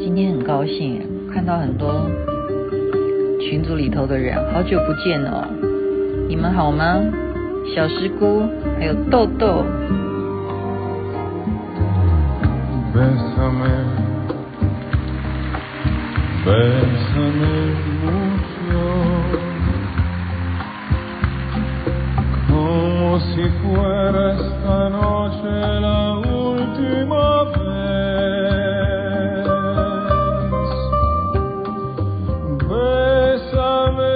今天很高兴看到很多群组里头的人，好久不见哦，你们好吗？小师姑还有豆豆。 Bésame, bésame mucho, como si fuera esta noche la última vez. Bésame,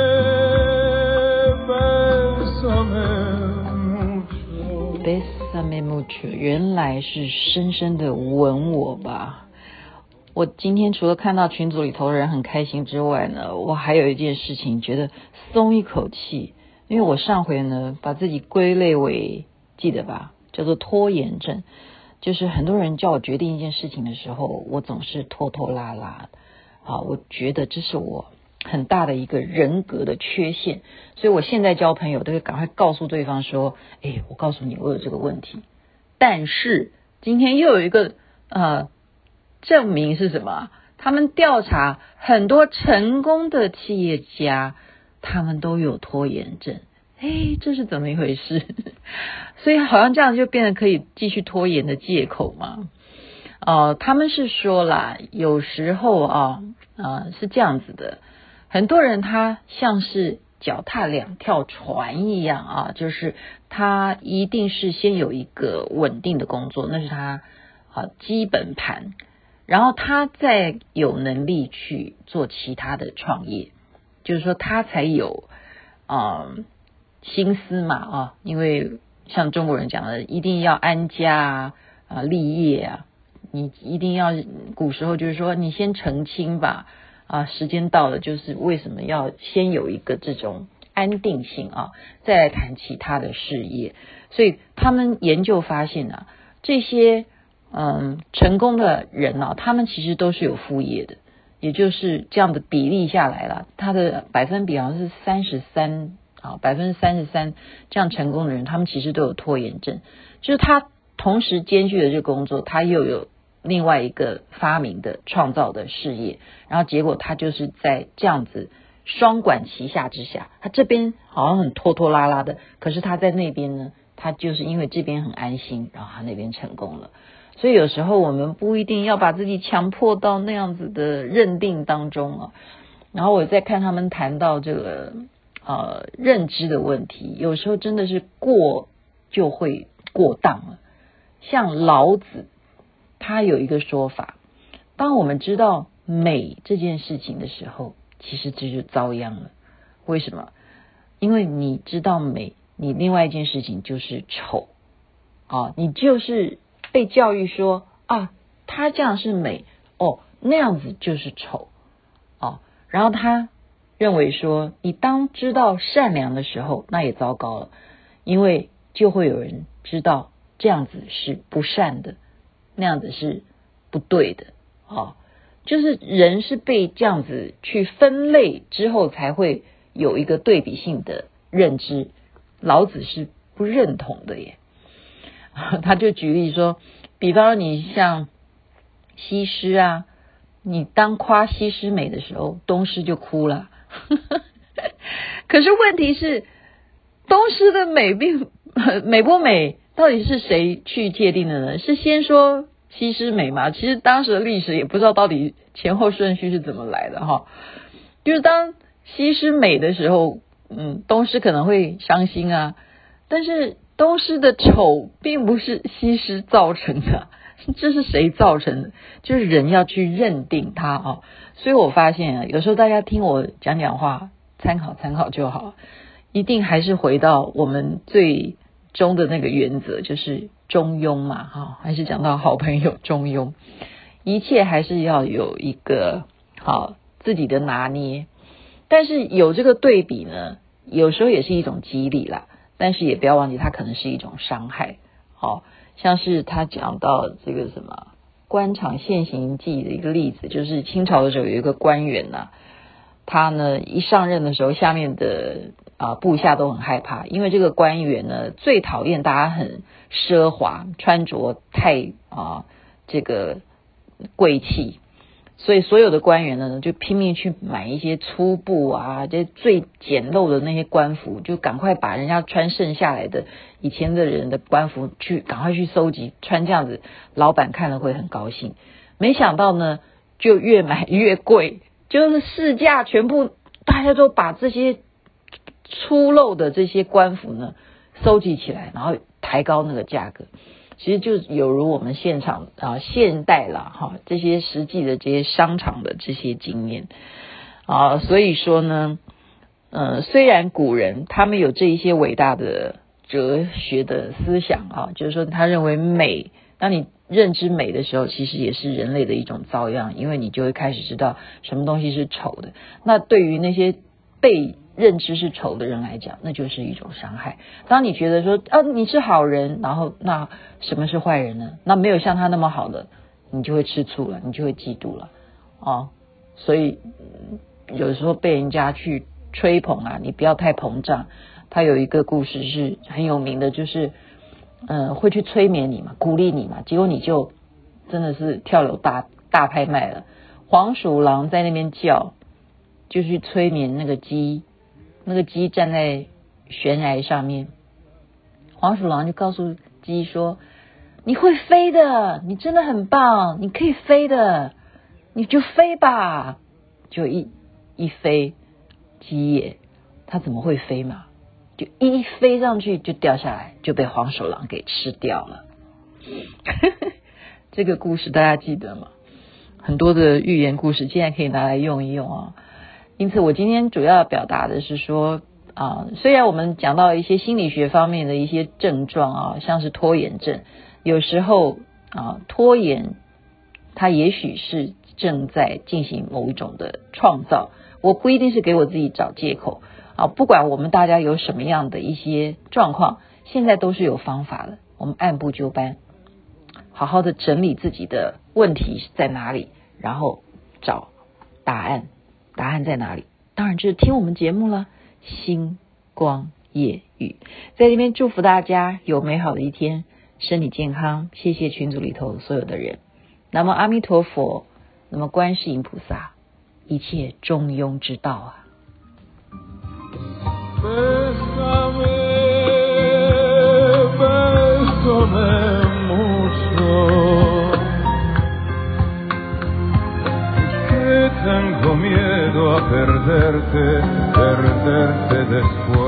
bésame mucho， 原来是深深的吻我吧。我今天除了看到群组里头的人很开心之外呢，我还有一件事情觉得松一口气，因为我上回呢把自己归类为，记得吧，叫做拖延症，就是很多人叫我决定一件事情的时候，我总是拖拖拉拉啊，我觉得这是我很大的一个人格的缺陷，所以我现在交朋友都会赶快告诉对方说，我告诉你我有这个问题。但是今天又有一个证明是什么？他们调查很多成功的企业家，他们都有拖延症。这是怎么一回事？所以好像这样就变得可以继续拖延的借口嘛。他们是说啦，有时候是这样子的，很多人他像是脚踏两条船一样就是他一定是先有一个稳定的工作，那是他基本盘，然后他再有能力去做其他的创业，就是说他才有心思嘛因为像中国人讲的，一定要安家立业你一定要，古时候就是说你先成亲吧时间到了，就是为什么要先有一个这种安定性再来谈其他的事业。所以他们研究发现这些成功的人他们其实都是有副业的，也就是这样的比例下来了，他的百分比好像是33%，33%这样成功的人，他们其实都有拖延症，就是他同时兼具了这个工作，他又有另外一个发明的创造的事业，然后结果他就是在这样子双管齐下之下，他这边好像很拖拖拉拉的，可是他在那边呢，他就是因为这边很安心，然后他那边成功了。所以有时候我们不一定要把自己强迫到那样子的认定当中然后我在看他们谈到这个认知的问题，有时候真的是过就会过当了。像老子他有一个说法，当我们知道美这件事情的时候，其实这就遭殃了。为什么？因为你知道美，你另外一件事情就是丑你就是被教育说他这样是美那样子就是丑然后他认为说，你当知道善良的时候，那也糟糕了，因为就会有人知道这样子是不善的，那样子是不对的就是人是被这样子去分类之后，才会有一个对比性的认知。老子是不认同的耶他就举例说，比方你像西施你当夸西施美的时候，东施就哭了可是问题是，东施的美美不美，到底是谁去界定的呢？是先说西施美吗？其实当时的历史也不知道到底前后顺序是怎么来的就是当西施美的时候东施可能会伤心但是东施的丑并不是西施造成的，这是谁造成的？就是人要去认定它所以我发现有时候大家听我讲讲话，参考参考就好，一定还是回到我们最终的那个原则，就是中庸嘛还是讲到好朋友中庸，一切还是要有一个自己的拿捏。但是有这个对比呢，有时候也是一种激励啦，但是也不要忘记它可能是一种伤害像是他讲到这个什么官场现形记的一个例子，就是清朝的时候有一个官员他呢一上任的时候，下面的部下都很害怕，因为这个官员呢最讨厌大家很奢华，穿着太这个贵气所以所有的官员呢，就拼命去买一些粗布啊，这最简陋的那些官服，就赶快把人家穿剩下来的以前的人的官服赶快去收集，穿这样子，老板看了会很高兴。没想到呢，就越买越贵，就是市价全部大家都把这些粗陋的这些官服呢收集起来，然后抬高那个价格。其实就有如我们现代啦这些实际的这些商场的这些经验所以说呢虽然古人他们有这一些伟大的哲学的思想就是说他认为美，当你认知美的时候，其实也是人类的一种遭殃，因为你就会开始知道什么东西是丑的。那对于那些被认知是丑的人来讲，那就是一种伤害。当你觉得说你是好人，然后那什么是坏人呢？那没有像他那么好的，你就会吃醋了，你就会嫉妒了所以有时候被人家去吹捧你不要太膨胀。他有一个故事是很有名的，就是会去催眠你嘛，鼓励你嘛，结果你就真的是跳楼大拍卖了。黄鼠狼在那边叫，就去催眠那个鸡。那个鸡站在悬崖上面，黄鼠狼就告诉鸡说，你会飞的，你真的很棒，你可以飞的，你就飞吧。就一飞，鸡也它怎么会飞嘛，就一飞上去就掉下来，就被黄鼠狼给吃掉了。这个故事大家记得吗？很多的寓言故事现在可以拿来用一用因此我今天主要表达的是说虽然我们讲到一些心理学方面的一些症状像是拖延症，有时候拖延它也许是正在进行某一种的创造，我不一定是给我自己找借口不管我们大家有什么样的一些状况，现在都是有方法的，我们按部就班好好的整理自己的问题在哪里，然后找答案在哪里？当然就是听我们节目了，星光夜语，在这边祝福大家有美好的一天，身体健康。谢谢群组里头所有的人。南无阿弥陀佛，那么观世音菩萨，一切中庸之道 Tengo miedo a perderte después.